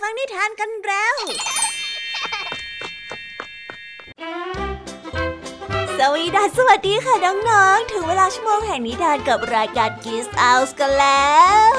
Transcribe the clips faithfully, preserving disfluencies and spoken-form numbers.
ฟังนิทานกันแล้วสวัสดีสวัสดีค่ะน้องๆถึงเวลาชั่วโมงแห่งนิทานกับรายการ Kids House กันแล้ว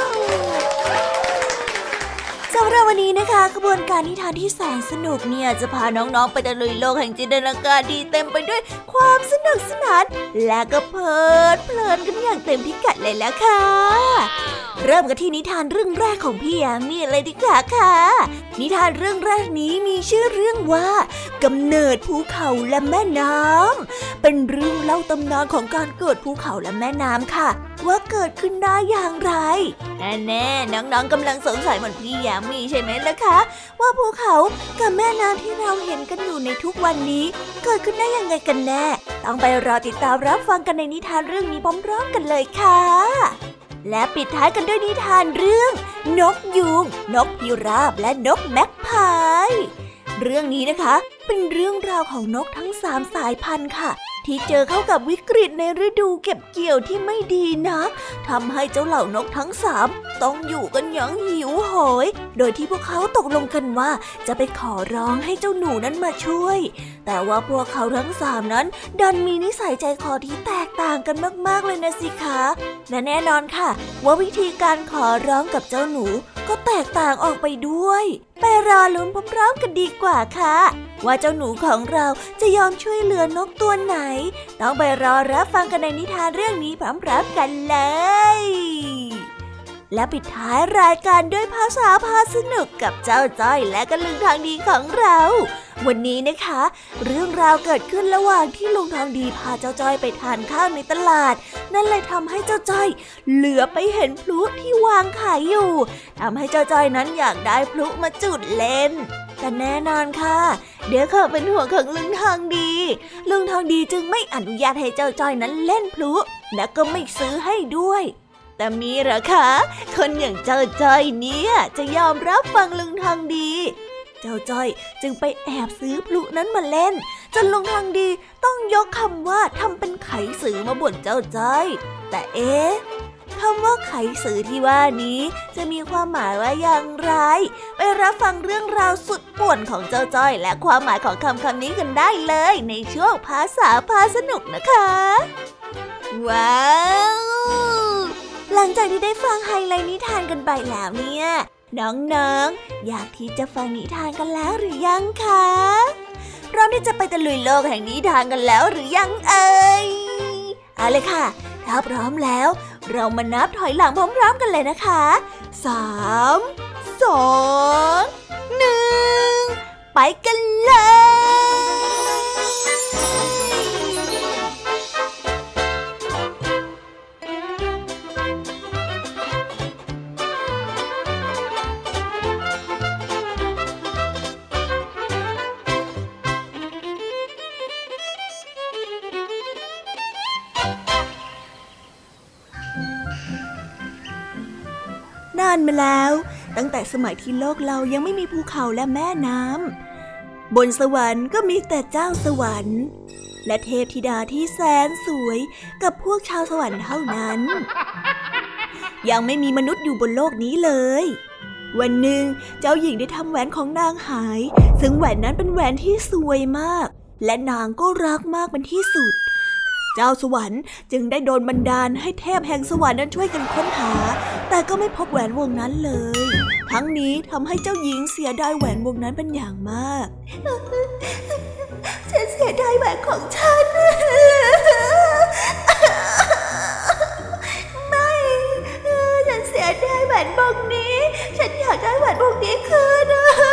สำหรับวันนี้นะคะขบวนการนิทานที่แสนสนุกเนี่ยจะพาน้องๆไปตะลุยโลกแห่งจินตนาการดีเต็มไปด้วยความสนุกสนานและก็เพลิดเพลินกันอย่างเต็มพิกัดเลยแล้วค่ะเริ่มกันที่นิทานเรื่องแรกของพี่ยามีเลยดีกว่าค่ะนิทานเรื่องแรกนี้มีชื่อเรื่องว่ากำเนิดภูเขาและแม่น้ำเป็นเรื่องเล่าตำนานของการเกิดภูเขาและแม่น้ำค่ะว่าเกิดขึ้นได้อย่างไรแน่ๆน้องๆกำลังสงสัยเหมือนพี่ยามีใช่ไหมล่ะคะว่าภูเขากับแม่น้ำที่เราเห็นกันอยู่ในทุกวันนี้เกิดขึ้นได้ยังไงกันแน่ต้องไปรอติดตามรับฟังกันในนิทานเรื่องนี้พร้อมๆกันเลยค่ะและปิดท้ายกันด้วยนิทานเรื่องนกยูงนกพิราบและนกแม็กพายเรื่องนี้นะคะเป็นเรื่องราวของนกทั้งสามสายพันธุ์ค่ะที่เจอเข้ากับวิกฤตในฤดูเก็บเกี่ยวที่ไม่ดีนักทำให้เจ้าเหล่านกทั้งสามต้องอยู่กันอย่างหิวโหยโดยที่พวกเขาตกลงกันว่าจะไปขอร้องให้เจ้าหนูนั้นมาช่วยแต่ว่าพวกเขาทั้งสามนั้นดันมีนิสัยใจคอที่แตกต่างกันมากๆเลยนะสิคะและแน่นอนค่ะว่าวิธีการขอร้องกับเจ้าหนูก็แตกต่างออกไปด้วยไปรอลุ้นพร้อมๆกันดีกว่าค่ะว่าเจ้าหนูของเราจะยอมช่วยเหลือนกตัวไหนต้องไปรอรับฟังกันในนิทานเรื่องนี้พร้อมๆกันเลยและปิดท้ายรายการด้วยภาษาพาสนุกกับเจ้าจ้อยและกระลึงทางดีของเราวันนี้นะคะเรื่องราวเกิดขึ้นระหว่างที่ลุงทองดีพาเจ้าจ้อยไปทานข้าวในตลาดนั่นเลยทำให้เจ้าจ้อยเหลือไปเห็นพลุที่วางขายอยู่ทำให้เจ้าจ้อยนั้นอยากได้พลุมาจุดเล่นแต่แน่นอนค่ะเดี๋ยวเขาเป็นห่วงของลุงทองดีลุงทองดีจึงไม่อนุญาตให้เจ้าจ้อยนั้นเล่นพลุและก็ไม่ซื้อให้ด้วยแต่มีเหรอคะคนอย่างเจ้าจ้อยเนี่ยจะยอมรับฟังลุงทองดีเจ้าจ้อยจึงไปแอบซื้อพลุนั้นมาเล่นจนลุงทองดีต้องยกคำว่าทำเป็นไขสื่อมาบ่นเจ้าจ้อยแต่เอ๊ะคำว่าไขสื่อที่ว่านี้จะมีความหมายว่าอย่างไรไปรับฟังเรื่องราวสุดป่วนของเจ้าจ้อยและความหมายของคำคำนี้กันได้เลยในช่วงภาษาพาสนุกนะคะว้าวหลังจากที่ได้ฟังไฮไลท์นิทานกันไปแล้วเนี่ยน้องๆอยากที่จะฟังนิทานกันแล้วหรือยังคะพร้อมที่จะไปตะลุยโลกแห่งนิทานกันแล้วหรือยังเอ่ยเอาเลยค่ะถ้าพร้อมแล้วเรามานับถอยหลังพร้อมๆกันเลยนะคะสามสองหนึ่งไปกันเลยนานมาแล้วตั้งแต่สมัยที่โลกเรายังไม่มีภูเขาและแม่น้ำบนสวรรค์ก็มีแต่เจ้าสวรรค์และเทพธิดาที่แสนสวยกับพวกชาวสวรรค์เท่านั้นยังไม่มีมนุษย์อยู่บนโลกนี้เลยวันหนึ่งเจ้าหญิงได้ทำแหวนของนางหายซึ่งแหวนนั้นเป็นแหวนที่สวยมากและนางก็รักมากเป็นที่สุดเจ้าสวรรค์จึงได้โดนบันดาลให้เทพแห่งสวรรค์นั้นช่วยกันค้นหาแต่ก็ไม่พบแหวนวงนั้นเลยทั้งนี้ทำให้เจ้าหญิงเสียดายแหวนวงนั้นเป็นอย่างมากฉันเสียดายแหวนของฉันไม่ฉันเสียดายแหวนวงนี้ฉันอยากได้แหวนวงนี้คืน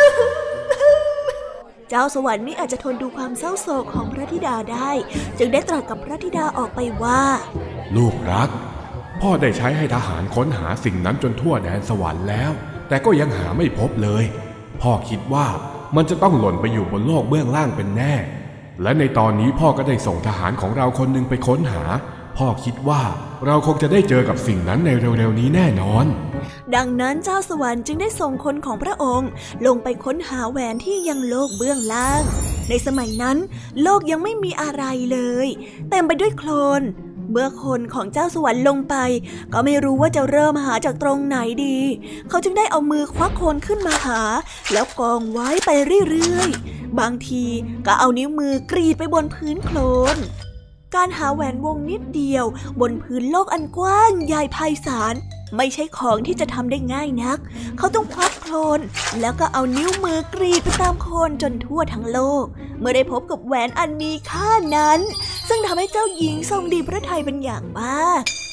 เจ้าสวรรค์ไม่อาจจะทนดูความเศร้าโศกของพระธิดาได้จึงได้ตรัสกับพระธิดาออกไปว่าลูกรักพ่อได้ใช้ให้ทหารค้นหาสิ่งนั้นจนทั่วแดนสวรรค์แล้วแต่ก็ยังหาไม่พบเลยพ่อคิดว่ามันจะต้องหล่นไปอยู่บนโลกเบื้องล่างเป็นแน่และในตอนนี้พ่อก็ได้ส่งทหารของเราคนหนึ่งไปค้นหาพ่อคิดว่าเราคงจะได้เจอกับสิ่งนั้นในเร็วๆนี้แน่นอนดังนั้นเจ้าสวรรค์จึงได้ส่งคนของพระองค์ลงไปค้นหาแหวนที่ยังโลกเบื้องล่างในสมัยนั้นโลกยังไม่มีอะไรเลยเต็มไปด้วยโคลนเมื่อคนของเจ้าสวรรค์ลงไปก็ไม่รู้ว่าจะเริ่มหาจากตรงไหนดีเขาจึงได้เอามือควักโคลนขึ้นมาหาแล้วกองไว้ไปเรื่อยๆบางทีก็เอานิ้วมือกรีดไปบนพื้นโคลนการหาแหวนวงนิดเดียวบนพื้นโลกอันกว้างใหญ่ไพศาลไม่ใช่ของที่จะทำได้ง่ายนักเขาต้องควักโคลนแล้วก็เอานิ้วมือกรีดไปตามโคลนจนทั่วทั้งโลกเมื่อได้พบกับแหวนอันมีค่านั้นซึ่งทำให้เจ้าหญิงทรงดีพระทัยเป็นอย่างมาก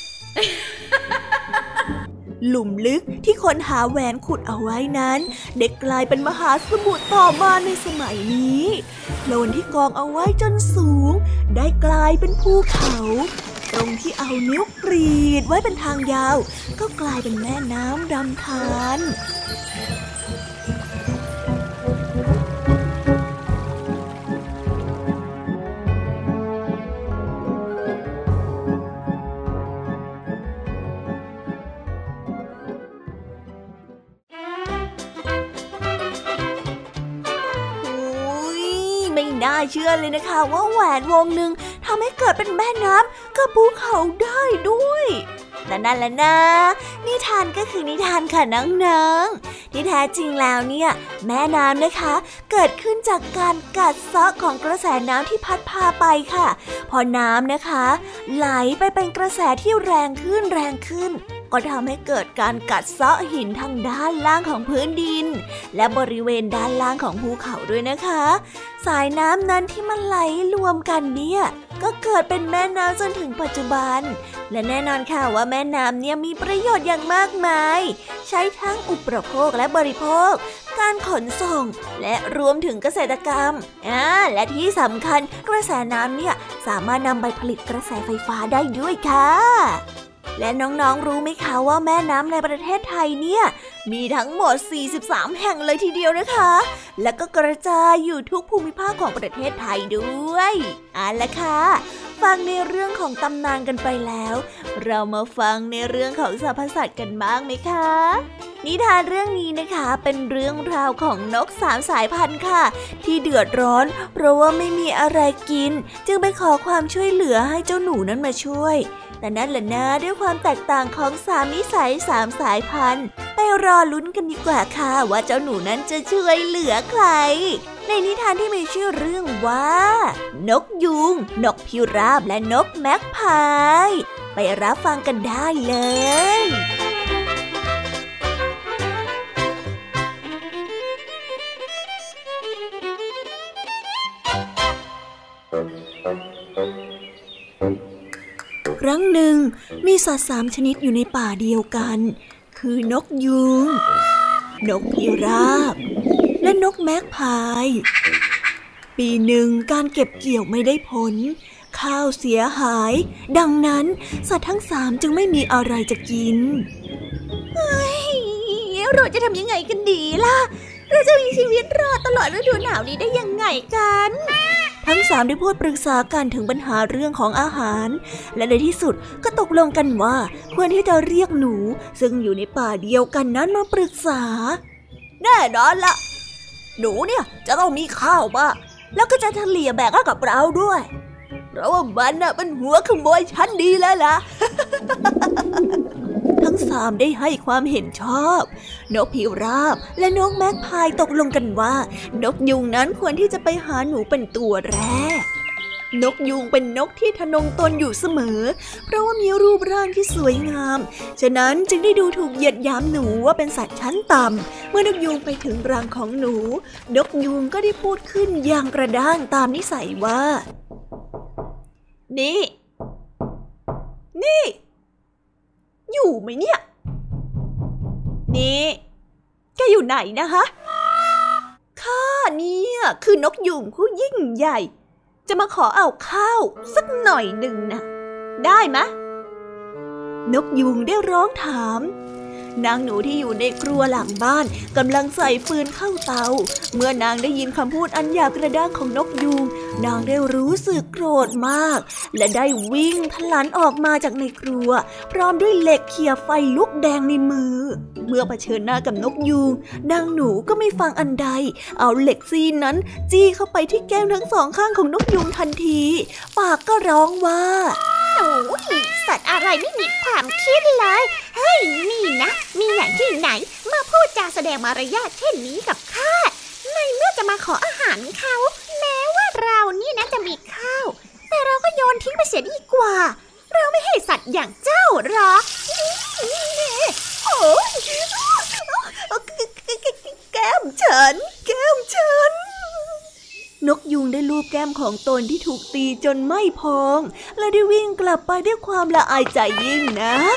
หลุมลึกที่คนหาแหวนขุดเอาไว้นั้นได้กลายเป็นมหาสมุทรต่อมาในสมัยนี้โคลนที่กองเอาไว้จนสูงได้กลายเป็นภูเขาตรงที่เอานิ้วกรีดไว้เป็นทางยาวก็กลายเป็นแม่น้ำลำธารน่าเชื่อเลยนะคะว่าแหวนวงหนึ่งทำให้เกิดเป็นแม่น้ำกับภูเขาได้ด้วยและนั่นแหละนะนิทานก็คือนิทานค่ะน้องๆที่แท้จริงแล้วเนี่ยแม่น้ำนะคะเกิดขึ้นจากการกัดเซาะของกระแสน้ำที่พัดพาไปค่ะพอน้ำนะคะไหลไปเป็นกระแสที่แรงขึ้นแรงขึ้นก็ทำให้เกิดการกัดเซาะหินทางด้านล่างของพื้นดินและบริเวณด้านล่างของภูเขาด้วยนะคะสายน้ำนั้นที่มันไหลรวมกันเนี่ยก็เกิดเป็นแม่น้ำจนถึงปัจจุบันและแน่นอนค่ะว่าแม่น้ำเนี่ยมีประโยชน์อย่างมากมายใช้ทั้งอุปโภคและบริโภคการขนส่งและรวมถึงเกษตรกรรมอ่าและที่สำคัญกระแสน้ำเนี่ยสามารถนำไปผลิตกระแสไฟฟ้าได้ด้วยค่ะและน้องๆรู้ไหมคะว่าแม่น้ำในประเทศไทยเนี่ยมีทั้งหมดสี่สิบสามแห่งเลยทีเดียวนะคะและก็กระจายอยู่ทุกภูมิภาคของประเทศไทยด้วยเอาล่ะค่ะฟังในเรื่องของตำนานกันไปแล้วเรามาฟังในเรื่องของสรรพสัตว์กันบ้างไหมคะนิทานเรื่องนี้นะคะเป็นเรื่องราวของนกสามสายพันธุ์ค่ะที่เดือดร้อนเพราะว่าไม่มีอะไรกินจึงไปขอความช่วยเหลือให้เจ้าหนูนั้นมาช่วยแต่นั่นแหละนะด้วยความแตกต่างของสามนิสัยสามสายพันธุ์ไปรอลุ้นกันดีกว่าค่ะว่าเจ้าหนูนั้นจะช่วยเหลือใครในนิทานที่มีชื่อเรื่องว่านกยูงนกพิราบและนกแม็กพายไปรับฟังกันได้เลยครั้งหนึ่งมีสัตว์สามชนิดอยู่ในป่าเดียวกันคือนกยูงนกพิราบและนกแม็กพายปีหนึ่งการเก็บเกี่ยวไม่ได้ผลข้าวเสียหายดังนั้นสัตว์ทั้งสามจึงไม่มีอะไรจะกินเฮ้ยเราจะทำยังไงกันดีล่ะเราจะมีชีวิตรอดตลอดฤดูหนาวนี้ได้ยังไงกันทั้งสามได้พูดปรึกษากันถึงปัญหาเรื่องของอาหารและในที่สุดก็ตกลงกันว่าควรที่จะเรียกหนูซึ่งอยู่ในป่าเดียวกันนั้นมาปรึกษาแน่นอนละหนูเนี่ยจะต้องมีข้าวบ้างแล้วก็จะเฉลี่ยแบ่งให้กับเราด้วยเพราะว่ามันน่ะเป็นหัวขโมยชั้นดีแล้วล่ะ ทั้งสามได้ให้ความเห็นชอบนกพิราบและนกแม็กพายตกลงกันว่านกยูงนั้นควรที่จะไปหาหนูเป็นตัวแรกนกยูงเป็นนกที่ทะนงตนอยู่เสมอเพราะว่ามีรูปร่างที่สวยงามฉะนั้นจึงได้ดูถูกเหยียดหยามหนูว่าเป็นสัตว์ชั้นต่ำเมื่อนกยูงไปถึงรังของหนูนกยูงก็ได้พูดขึ้นอย่างกระด้างตามนิสัยว่านี่นี่อยู่ไหมเนี่ยนี่แกอยู่ไหนนะคะข้าเนี่ยคือนกยูงผู้ยิ่งใหญ่จะมาขอเอาข้าวสักหน่อยหนึ่งนะได้ไหมนกยูงได้ร้องถามนางหนูที่อยู่ในครัวหลังบ้านกำลังใส่ฟืนเข้าเตาเมื่อนางได้ยินคำพูดอันหยาบกระด้างของนกยูงนางได้รู้สึกโกรธมากและได้วิ่งพลันออกมาจากในครัวพร้อมด้วยเหล็กเขี่ยไฟลุกแดงในมือเมื่อเผชิญหน้ากับนกยูงนางหนูก็ไม่ฟังอันใดเอาเหล็กซีนนั้นจี้เข้าไปที่แก้มทั้งสองข้างของนกยูงทันทีปากก็ร้องว่าโอ้ยสัตว์อะไรไม่มีความคิดเลยเฮ้ยนี่นะมีอย่างที่ไหนมาพูดจาแสดงมารยาทเช่นนี้กับข้าในเมื่อจะมาขออาหารเขาแม้ว่าเรานี่นะจะมีข้าวแต่เราก็โยนทิ้งไปเสียดีกว่าเราไม่ให้สัตว์อย่างเจ้าหรอโอ้ยแก้มฉันแก้มฉันนกยูงได้ลูบแก้มของตนที่ถูกตีจนไม่พองและได้วิ่งกลับไปด้วยความละอายใจยิ่งนัก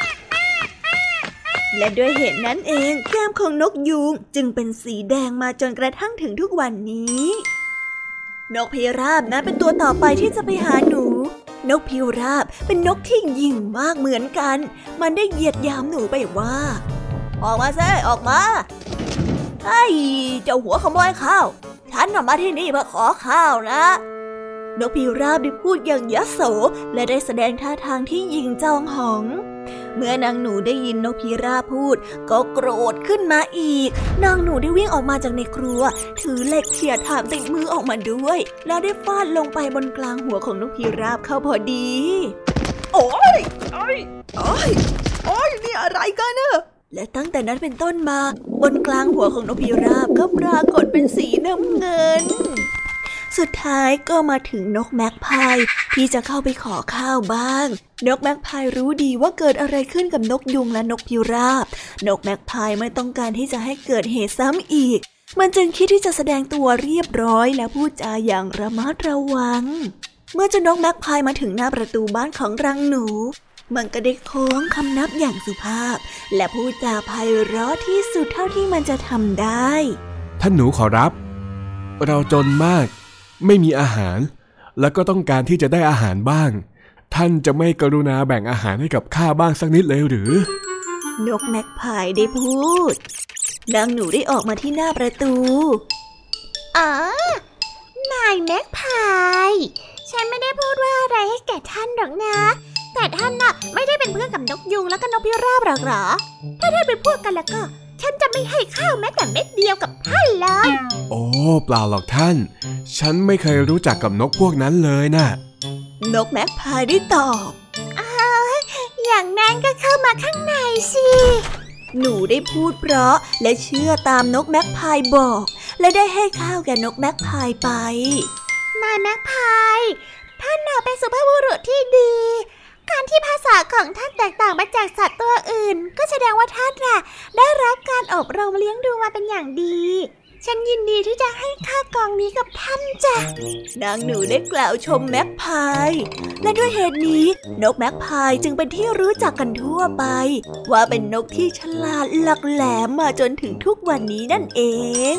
และด้วยเหตุนั้นเองแก้มของนกยูงจึงเป็นสีแดงมาจนกระทั่งถึงทุกวันนี้นกพิราบนั้นเป็นตัวต่อไปที่จะไปหาหนูนกพิราบเป็นนกที่ยิ่งมากเหมือนกันมันได้เหยียดหยามหนูไปว่าออกมาซิออกมาไอ้เจ้าหัวขโมยข้าวฉันมาที่นี่เพื่อขอข้าวนะนกพิราบได้พูดอย่างยโสและได้แสดงท่าทางที่หยิ่งจองหองเมื่อนางหนูได้ยินนกพิราบพูดก็โกรธขึ้นมาอีกนางหนูได้วิ่งออกมาจากในครัวถือเหล็กเขี่ยถางติดมือออกมาด้วยแล้วได้ฟาดลงไปบนกลางหัวของนกพิราบเข้าพอดีโอ๊ยโอ๊ยโอ๊ยโอ๊ยนี่อะไรกันเนอะและตั้งแต่นั้นเป็นต้นมาบนกลางหัวของนกพิราบก็ปรากฏเป็นสีน้ำเงินสุดท้ายก็มาถึงนกแม็กพายที่จะเข้าไปขอข้าวบ้างนกแม็กพายรู้ดีว่าเกิดอะไรขึ้นกับนกยุงและนกพิราบนกแม็กพายไม่ต้องการที่จะให้เกิดเหตุซ้ำอีกมันจึงคิดที่จะแสดงตัวเรียบร้อยและพูดจาอย่างระมัดระวังเมื่อเจ้านกแม็กพายมาถึงหน้าประตูบ้านของรังหนูมันก็ได้โค้งคำนับอย่างสุภาพและพูดจาไพเราะที่สุดเท่าที่มันจะทำได้ท่านหนูขอรับเราจนมากไม่มีอาหารและก็ต้องการที่จะได้อาหารบ้างท่านจะไม่กรุณาแบ่งอาหารให้กับข้าบ้างสักนิดเลยหรือนกแม็กพายได้พูดนางหนูได้ออกมาที่หน้าประตูอ๋อนายแม็กพายฉันไม่ได้พูดว่าอะไรให้แก่ท่านหรอกนะแต่ท่านน่ะไม่ได้เป็นเพื่อนกับนกยุงและก็นกพิราบหรอกเหรอถ้าท่านเป็นพวกกันแล้วก็ฉันจะไม่ให้ข้าวแม้แต่เม็ดเดียวกับท่านเลยโอ้เปล่าหรอกท่านฉันไม่เคยรู้จักกับนกพวกนั้นเลยนะนกแม็กพายได้ตอบอ้าวอย่างนั้นก็เข้ามาข้างในสิหนูได้พูดเพราะและเชื่อตามนกแม็กพายบอกและได้ให้ข้าวแก่นกแม็กพายไปนายแม็กพายท่านน่ะเป็นสุภาพบุรุษที่ดีการที่ภาษาของท่านแตกต่างไปจากสัตว์ตัวอื่นก็แสดงว่าท่านน่ะได้รับการอบรมเลี้ยงดูมาเป็นอย่างดีฉันยินดีที่จะให้ข้าวกล่องนี้กับท่านจ้ะนางหนูได้กล่าวชมแม็กพายและด้วยเหตุนี้นกแม็กพายจึงเป็นที่รู้จักกันทั่วไปว่าเป็นนกที่ฉลาดหลักแหลมมาจนถึงทุกวันนี้นั่นเอง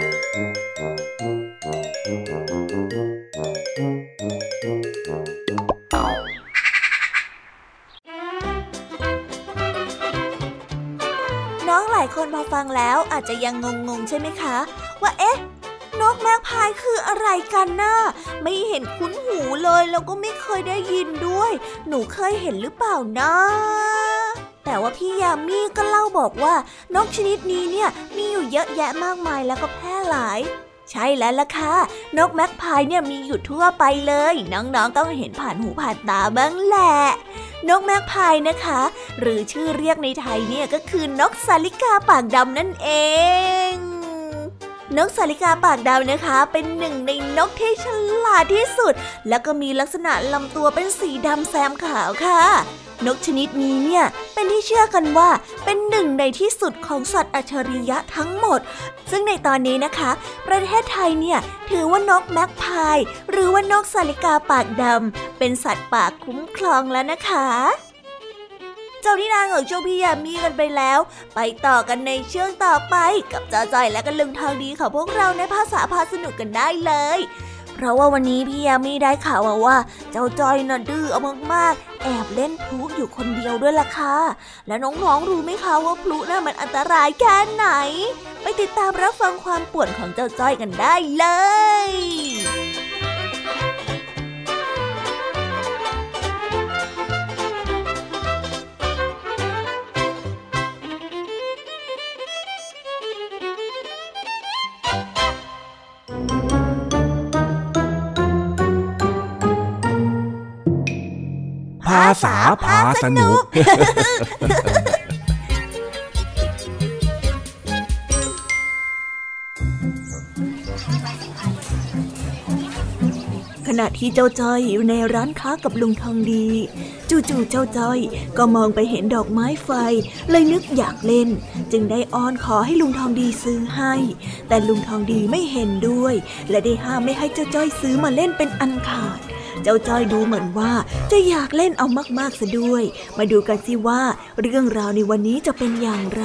น้องหลายคนพอฟังแล้วอาจจะยังงงๆใช่ไหมคะว่าเอ๊ะนกแม็กพายคืออะไรกันน่ะไม่เห็นคุ้นหูเลยแล้วก็ไม่เคยได้ยินด้วยหนูเคยเห็นหรือเปล่านะแต่ว่าพี่ยามีก็เล่าบอกว่านกชนิดนี้เนี่ยมีอยู่เยอะแยะมากมายแล้วก็แพร่หลายใช่แล้วล่ะค่ะนกแม็กพายเนี่ยมีอยู่ทั่วไปเลยน้องๆต้องเห็นผ่านหูผ่านตาบ้างแหละนกแม็กพายนะคะหรือชื่อเรียกในไทยเนี่ยก็คือนกสาลิกาปากดำนั่นเองนกสาลิกาปากดำนะคะเป็นหนึ่งในนกที่ฉลาดที่สุดแล้วก็มีลักษณะลำตัวเป็นสีดำแซมขาวค่ะนกชนิดนี้เนี่ยเป็นที่เชื่อกันว่าเป็นหนึ่งในที่สุดของสัตว์อัจฉริยะทั้งหมดซึ่งในตอนนี้นะคะประเทศไทยเนี่ยถือว่านกแม็กพายหรือว่านกสาลิกาปากดำเป็นสัตว์ป่าคุ้มครองแล้วนะคะเจ้านิทานของเจ้าพี่ยามีกันไปแล้วไปต่อกันในช่วงต่อไปกับเจ้าจ้อยและก็ลุงทองดีของพวกเราในภาษาพาสนุกกันได้เลยเพราะว่าวันนี้พี่ยามีได้ข่าวมาว่าเจ้าจ้อยน่ะดื้อเอามากๆแอบเล่นพลุอยู่คนเดียวด้วยล่ะค่ะและน้องๆรู้ไหมคะว่าพลุน่ะมันอันตรายแค่ไหนไปติดตามรับฟังความป่วนของเจ้าจ้อยกันได้เลยาษาพาสนุกขณะที่เจ้าจ้อยอยู่ในร้านค้ากับลุงทองดีจู่ๆเจ้าจ้อยก็มองไปเห็นดอกไม้ไฟเลยนึกอยากเล่นจึงได้อ้อนขอให้ลุงทองดีซื้อให้แต่ลุงทองดีไม่เห็นด้วยและได้ห้ามไม่ให้เจ้าจ้อยซื้อมาเล่นเป็นอันขาดเจ้าจ้อยดูเหมือนว่าจะอยากเล่นเอามากๆซะด้วยมาดูกันสิว่าเรื่องราวในวันนี้จะเป็นอย่างไร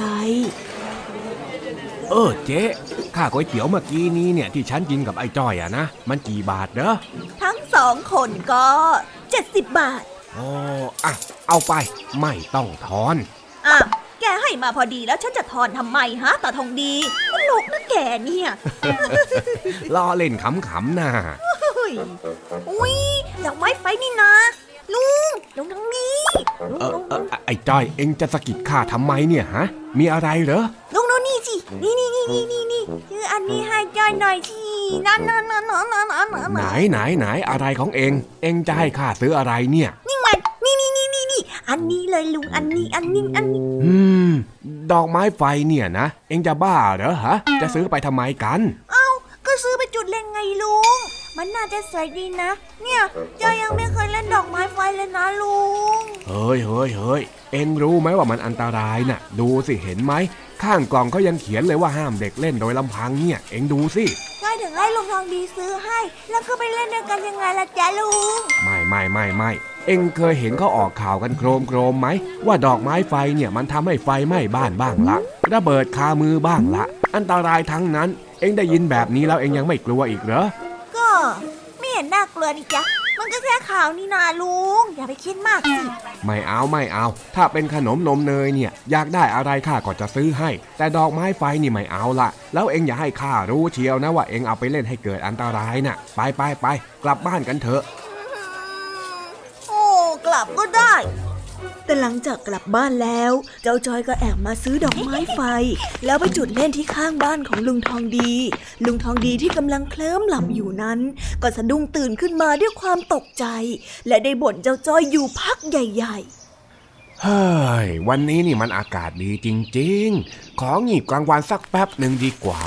เออเจ๊ค่าก๋วยเตี๋ยวเมื่อกี้นี้เนี่ยที่ฉันกินกับไอ้จ้อยอะนะมันกี่บาทเด้อทั้งสองคนก็เจ็ดสิบบาทโอ้อะเอาไปไม่ต้องทอนอ่ะแกให้มาพอดีแล้วฉันจะทอนทำไมฮะตาทองดีตลกนะแกเนี่ยล้อเล่นขำๆน่ะอุ้ยดอกไม้ไฟนี่นะลุงลุงทองดีเออเออไอ้จ้อยเอ็งจะสะกิดข้าทำไมเนี่ยฮะมีอะไรเหรอลุงดูนี่สินี่นี่นี่นี่นี่นี่คืออันนี้ให้จ้อยหน่อยสินั่นนั่นนั่นนั่นนั่นไหนไหนไหนอะไรของเอ็งเอ็งจะให้ข้าซื้ออะไรเนี่ยนี่มันนี่นี่นี่นี่นี่อันนี้เลยลุงอันนี้อันนี้อันนี้อืมดอกไม้ไฟเนี่ยนะเอ็งจะบ้าเหรอฮะจะซื้อไปทำไมกันเอ้าก็ซื้อไปจุดเล่นไงลุงมันน่าจะสวยดีนะเนี่ยจ้อยยังไม่เคยเล่นดอกไม้ไฟเลยนะลุงเฮ้ยเฮ้ยเฮ้ยเอ็งรู้ไหมว่ามันอันตรายน่ะดูสิเห็นไหมข้างกล่องเขายังเขียนเลยว่าห้ามเด็กเล่นโดยลำพังเนี่ยเอ็งดูสิจ้อยถึงให้ลุงทองดีซื้อให้แล้วก็ไปเล่นด้วยกันยังไงล่ะจ๊ะลุงไม่ไม่ไม่ไม่เอ็งเคยเห็นเขาออกข่าวกันโครมโครมไหมว่าดอกไม้ไฟเนี่ยมันทำให้ไฟไหม้บ้านบ้างละระเบิดคามือบ้างละอันตรายทั้งนั้นเอ็งได้ยินแบบนี้แล้วเอ็งยังไม่กลัวอีกเหรอก็ไม่เห็นน่ากลัวนี่จ๊ะมันก็แค่ข่าวนี่นาลุงอย่าไปคิดมากสิไม่เอาไม่เอาถ้าเป็นขนมนมเนยเนี่ยอยากได้อะไรข้าก็จะซื้อให้แต่ดอกไม้ไฟนี่ไม่เอาละแล้วเอ็งอย่าให้ข้ารู้เชียวนะว่าเอ็งเอาไปเล่นให้เกิดอันตรายน่ะไปไปไปกลับบ้านกันเถอะโอ้กลับก็ได้แต่หลังจากกลับบ้านแล้วเจ้าจอยก็แอบมาซื้อดอกไม้ไฟแล้วไปจุดเล่นที่ข้างบ้านของลุงทองดีลุงทองดีที่กำลังเคลิ้มหลับอยู่นั้นก็สะดุ้งตื่นขึ้นมาด้วยความตกใจและได้บ่นเจ้าจอยอยู่พักใหญ่ๆเฮ้ยวันนี้นี่มันอากาศดีจริงๆขอหงีบกลางวันสักแป๊บหนึ่งดีกว่า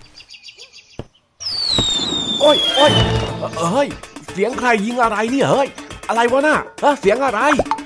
โอ้ยโอ้ยเฮ้ยเสียงใครยิงอะไรเนี่ยเฮ้ยอะไรวะน่ะเฮ้ยเสียงอะไร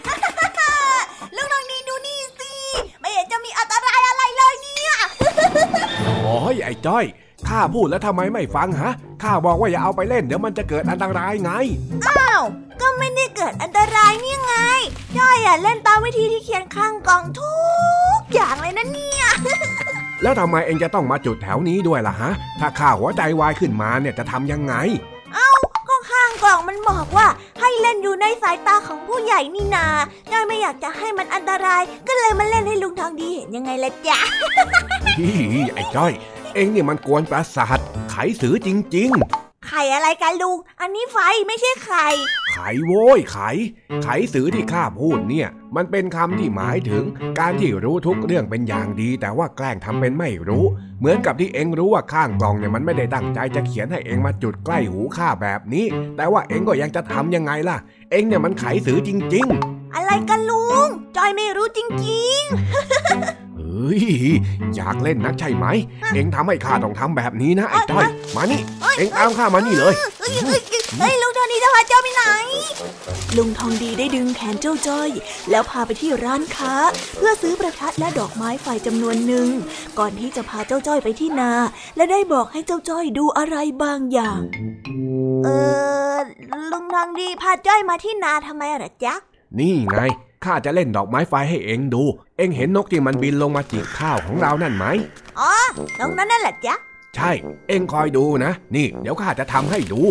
โอ้ยไอ้จ้อยข้าพูดแล้วทำไมไม่ฟังฮะข้าบอกว่าอย่าเอาไปเล่นเดี๋ยวมันจะเกิดอันตรายไงอ้าวก็ไม่ได้เกิดอันตรายนี่ไงจ้อยอ่ะเล่นตามวิธีที่เขียนข้างกล่องทุกอย่างเลยนะเนี่ยแล้วทำไมเองจะต้องมาจุดแถวนี้ด้วยล่ะฮะถ้าข้าหัวใจวายขึ้นมาเนี่ยจะทำยังไงเอ้าก็ข้างกล่องมันบอกว่าให้เล่นอยู่ในสายตาของผู้ใหญ่นี่นาจ้อยไม่อยากจะให้มันอันตรายก็เลยมาเล่นให้ลุงทองดีเห็นยังไงล่ะจ๊ะไอ้จ้อยเอ็งนี่มันกวนประสาทไขสือจริงๆไข่อะไรกันลุงอันนี้ไฟไม่ใช่ไข่ไขโว้ยไขไขสือที่ข้าพูดเนี่ยมันเป็นคำที่หมายถึงการที่รู้ทุกเรื่องเป็นอย่างดีแต่ว่าแกล้งทำเป็นไม่รู้เหมือนกับที่เอ็งรู้ว่าข้างกล่องเนี่ยมันไม่ได้ตั้งใจจะเขียนให้เอ็งมาจุดใกล้หูข้าแบบนี้แต่ว่าเอ็งก็ยังจะทำยังไงล่ะเอ็งเนี่ยมันไขสือจริงๆอะไรกันลุงจอยไม่รู้จริงๆเฮ้ยอยากเล่นนักใช่ไหมเอ็งทำให้ข้าต้องทำแบบนี้นะไอ้จ้อยมานี่เอ็งตามข้ามานี่เลยเฮ้ยลุงทองดีจะพาจ้อยไปไหนลุงทองดีได้ดึงแขนเจ้าจ้อยแล้วพาไปที่ร้านค้าเพื่อซื้อประทัดและดอกไม้ไฟจำนวนหนึ่งก่อนที่จะพาเจ้าจ้อยไปที่นาและได้บอกให้เจ้าจ้อยดูอะไรบางอย่างเออลุงทองดีพาจ้อยมาที่นาทำไมเหรอจ๊ะนี่ไงข้าจะเล่นดอกไม้ไฟให้เอ็งดูเอ็งเห็นนกที่มันบินลงมาจิกข้าวของเรานั่นไหมอ๋อตรงนั้นนั่นแหละจ๊ะใช่เอ็งคอยดูนะนี่เดี๋ยวข้าจะทำให้ดู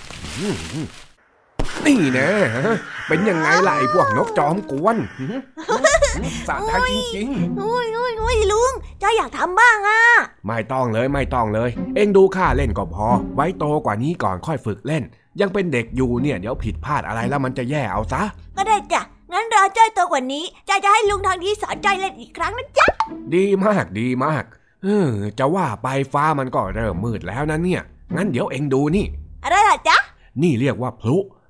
นี่นะเป็นยังไงล่ะไอ้พวกนกจอมกวนสะใจจริงๆอุ้ยอุ้ยอุ้ยลุงจ้อยอยากทำบ้างอ่ะไม่ต้องเลยไม่ต้องเลยเอ็งดูข้าเล่นก็พอไว้โตกว่านี้ก่อนค่อยฝึกเล่นยังเป็นเด็กอยู่เนี่ยเดี๋ยวผิดพลาดอะไรแล้วมันจะแย่เอาซะก็ได้จ้ะงั้นรอจ้อยโตกว่านี้จ้อยจะให้ลุงทองดีสอนจ้อยเล่นอีกครั้งนะจ๊ะดีมากดีมากเออจะว่าไปฟ้ามันก็เริ่มมืดแล้วนะเนี่ยงั้นเดี๋ยวเอ็งดูนี่อะไรล่ะจ๊ะนี่เรียกว่าพลุ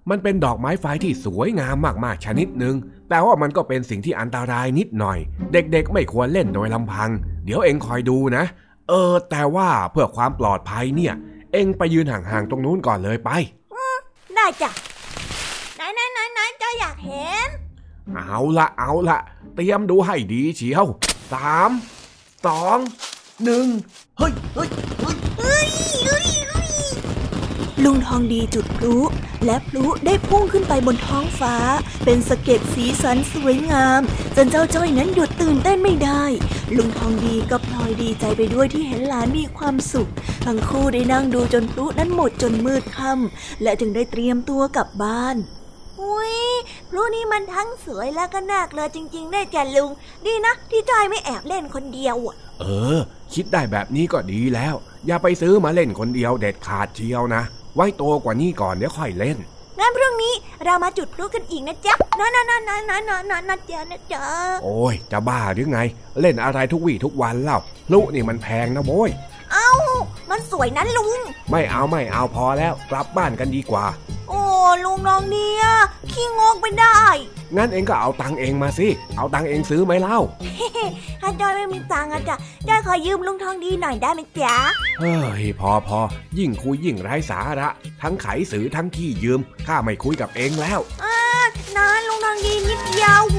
มันเป็นดอกไม้ไฟที่สวยงามมากๆชนิดหนึ่งแต่ว่ามันก็เป็นสิ่งที่อันตรายนิดหน่อยเด็กๆไม่ควรเล่นโดยลำพังเดี๋ยวเอ็งคอยดูนะเออแต่ว่าเพื่อความปลอดภัยเนี่ยเอ็งไปยืนห่างๆตรงนู้นก่อนเลยไปได้จ้ะไหนไหนไหนไหนเจ้าอยากเห็นเอาละเอาละเตรียมดูให้ดีเชียวสามสองหนึ่งเฮ้ยเฮ้ยเฮ้ยเฮ้ยเฮ้ยลุงทองดีจุดพลุและพลุได้พุ่งขึ้นไปบนท้องฟ้าเป็นสะเก็ดสีสันสวยงามจนเจ้าจ้อยนั้นหยุดตื่นเต้นไม่ได้ลุงทองดีก็พลอยดีใจไปด้วยที่เห็นหลานมีความสุขทั้งคู่ได้นั่งดูจนพลุนั้นหมดจนมืดค่ำและจึงได้เตรียมตัวกลับบ้านอุ้ยพลุนี้มันทั้งสวยและก็น่าเกลือจริงๆได้จ้ะลุงดีนะที่จ้อยไม่แอบเล่นคนเดียวอ่ะเออคิดได้แบบนี้ก็ดีแล้วอย่าไปซื้อมาเล่นคนเดียวเด็ดขาดเชียวนะไว้โตกว่านี้ก่อนเดี๋ยวค่อยเล่นงั้นพรุ่งนี้เรามาจุดพลุกันอีกนะจ๊ะนะนะนะนะนะนะนะนะจ๊ะนะจ๊ะโอ้ยจะบ้าหรือไงเล่นอะไรทุกวี่ทุกวันเล่าพลุนี่มันแพงนะโว้ยเอ้ามันสวยนะลุงไม่เอาไม่เอาพอแล้วกลับบ้านกันดีกว่าโอ้ลุงน้องเนี่ยขี้งกไปได้งั้นเองก็เอาตังค์เองมาสิเอาตังค์เองซื้อไหมเล่าถ้าจอยไม่มีตังค์อะจ๊ะจอยขอยืมลุงทองดีหน่อยได้ไหมจ๊ะเฮ้ยพอพอยิ่งคุยยิ่งไร้สาระทั้งไขสื่อทั้งขี้ยืมข้าไม่คุยกับเองแล้วอ่านะลุงทองดีนิดเดียว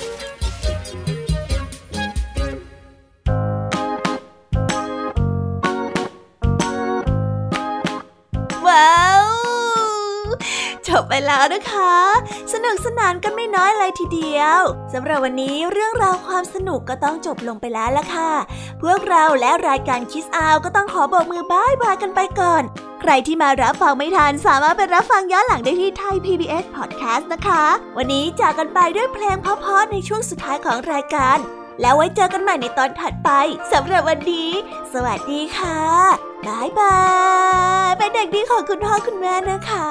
ว้าวจบไปแล้วนะคะสนุกสนานกันไม่น้อยเลยทีเดียวสำหรับวันนี้เรื่องราวความสนุกก็ต้องจบลงไปแล้วล่ะค่ะพวกเราและรายการ Kids Out ก็ต้องขอบอกมือบ๊ายบายกันไปก่อนใครที่มารับฟังไม่ทันสามารถไปรับฟังย้อนหลังได้ที่ Thai พี บี เอส Podcast นะคะวันนี้จากกันไปด้วยเพลงเพราะๆในช่วงสุดท้ายของรายการแล้วไว้เจอกันใหม่ในตอนถัดไปสำหรับวันนี้สวัสดีค่ะบ๊ายบายเป็นเด็กดีของคุณพ่อคุณแม่นะคะ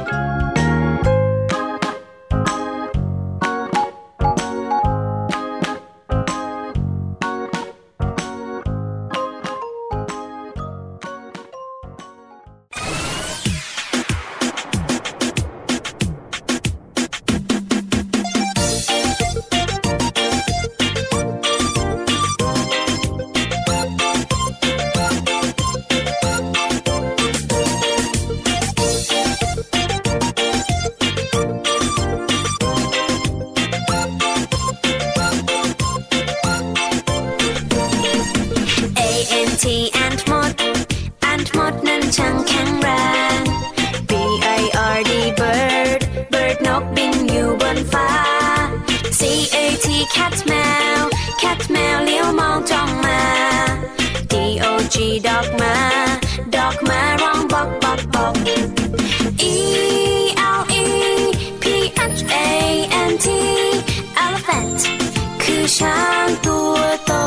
ดอกมาดอกมาร้องบอกบอกบอก E L E P H A N T elephant คือช้างตัวโต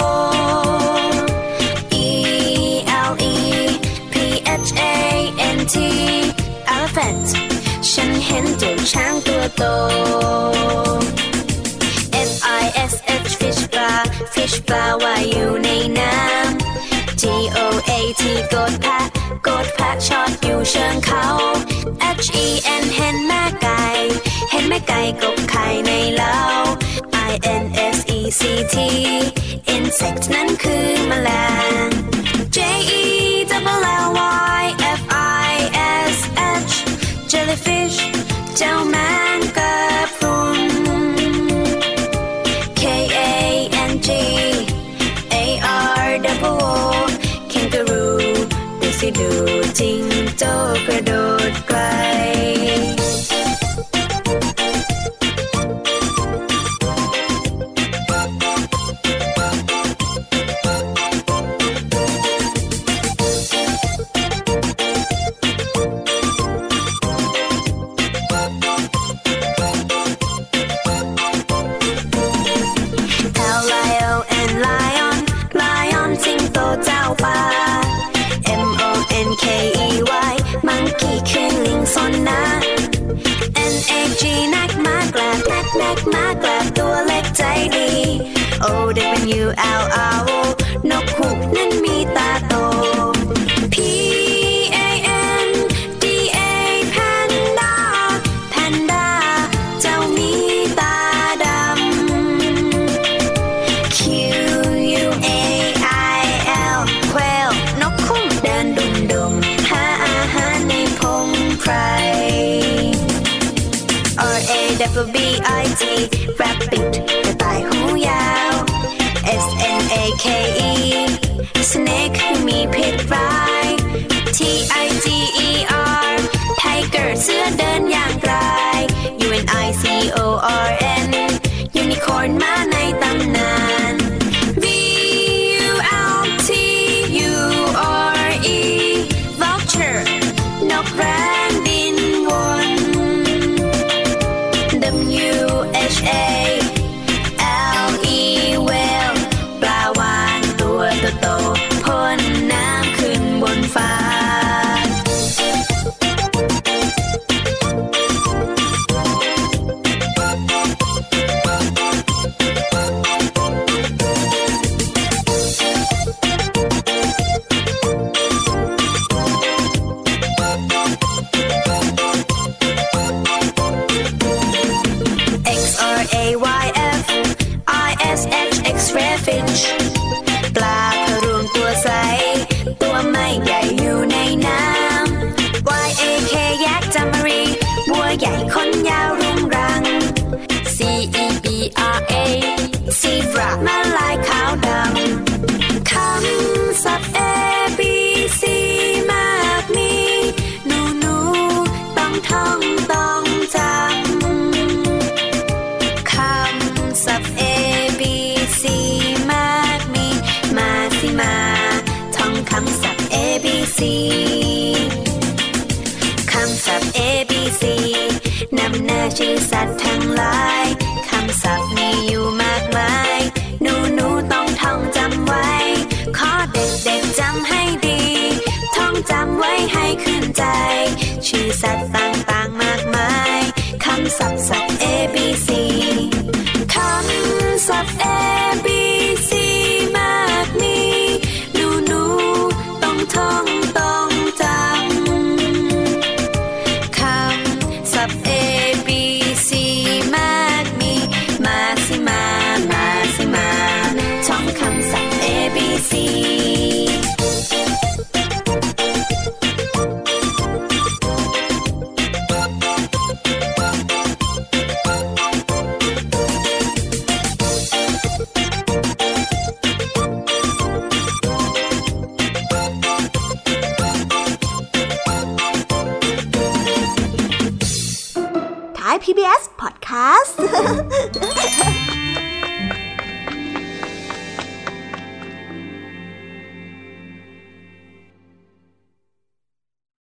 E L E P H A N T elephant ฉันเห็นเจ้าช้างตัวโต F I S H fish ปลา fish ปลาว่ายอยู่ในน้ำG O A T โกดแพะโกดแพะชอดอยู่เชิงเขา H E N เห็นแม่ไก่เห็นแม่ไก่กบไข่ในเล้า I N S E C T insect นั้นคือแมลง J E L L Y F I S H jellyfish เจ้าแมงกะพรุน K A N G A R double O kangaroo ดูสิดูจิงโจ้กระโดดไกลมากลับตัวเล็กใจดี O W L R O นกฮูกนั้นมีตาโต P A N D A Panda G rabbit กระต่ายหูยาว S N A K E snake มีพิษร้าย T I G E R tiger เสือเดินอย่างไกล U N I C O R N unicorn ม้าในตำนาน V U L T U R E vulture นกแร้งบินวน W H A L E whale ปลาวาฬตัวโตๆพ่นน้ำขึ้นบนฟ้าปลาพรูนตัวใสตัวไม่ใหญ่อยู่ในน้ำ Y A K ยักษ์จามรีบัวใหญ่ขนยาวรุงรัง C E B R A zebra ม้าลายขาวดำคำศัพท์ A B C มากมีหนูหนูต้องท่องต้องจำคำศัพท์ A B C มากมีมาสิมาท่องคำศัพท์ A B C คำศัพท์ A B C นำหน้าชื่อสัตว์ทั้งหลายคำศัพท์มีอยู่มากมายหนูหนูต้องท่องจำไว้ขอเด็กๆจำให้ดีท่องจำไว้ให้ขึ้นใจชื่อสัตว์ต่างๆมากมายคำศัพท์ศัพท์ A B C คำศัพท์ A B C มากมีหนูหนูต้องท่องต้องจำคำศัพท์ A B C มากมีมาสิมามาสิมาท่องคำศัพท์ A B C Thai พี บี เอส Podcast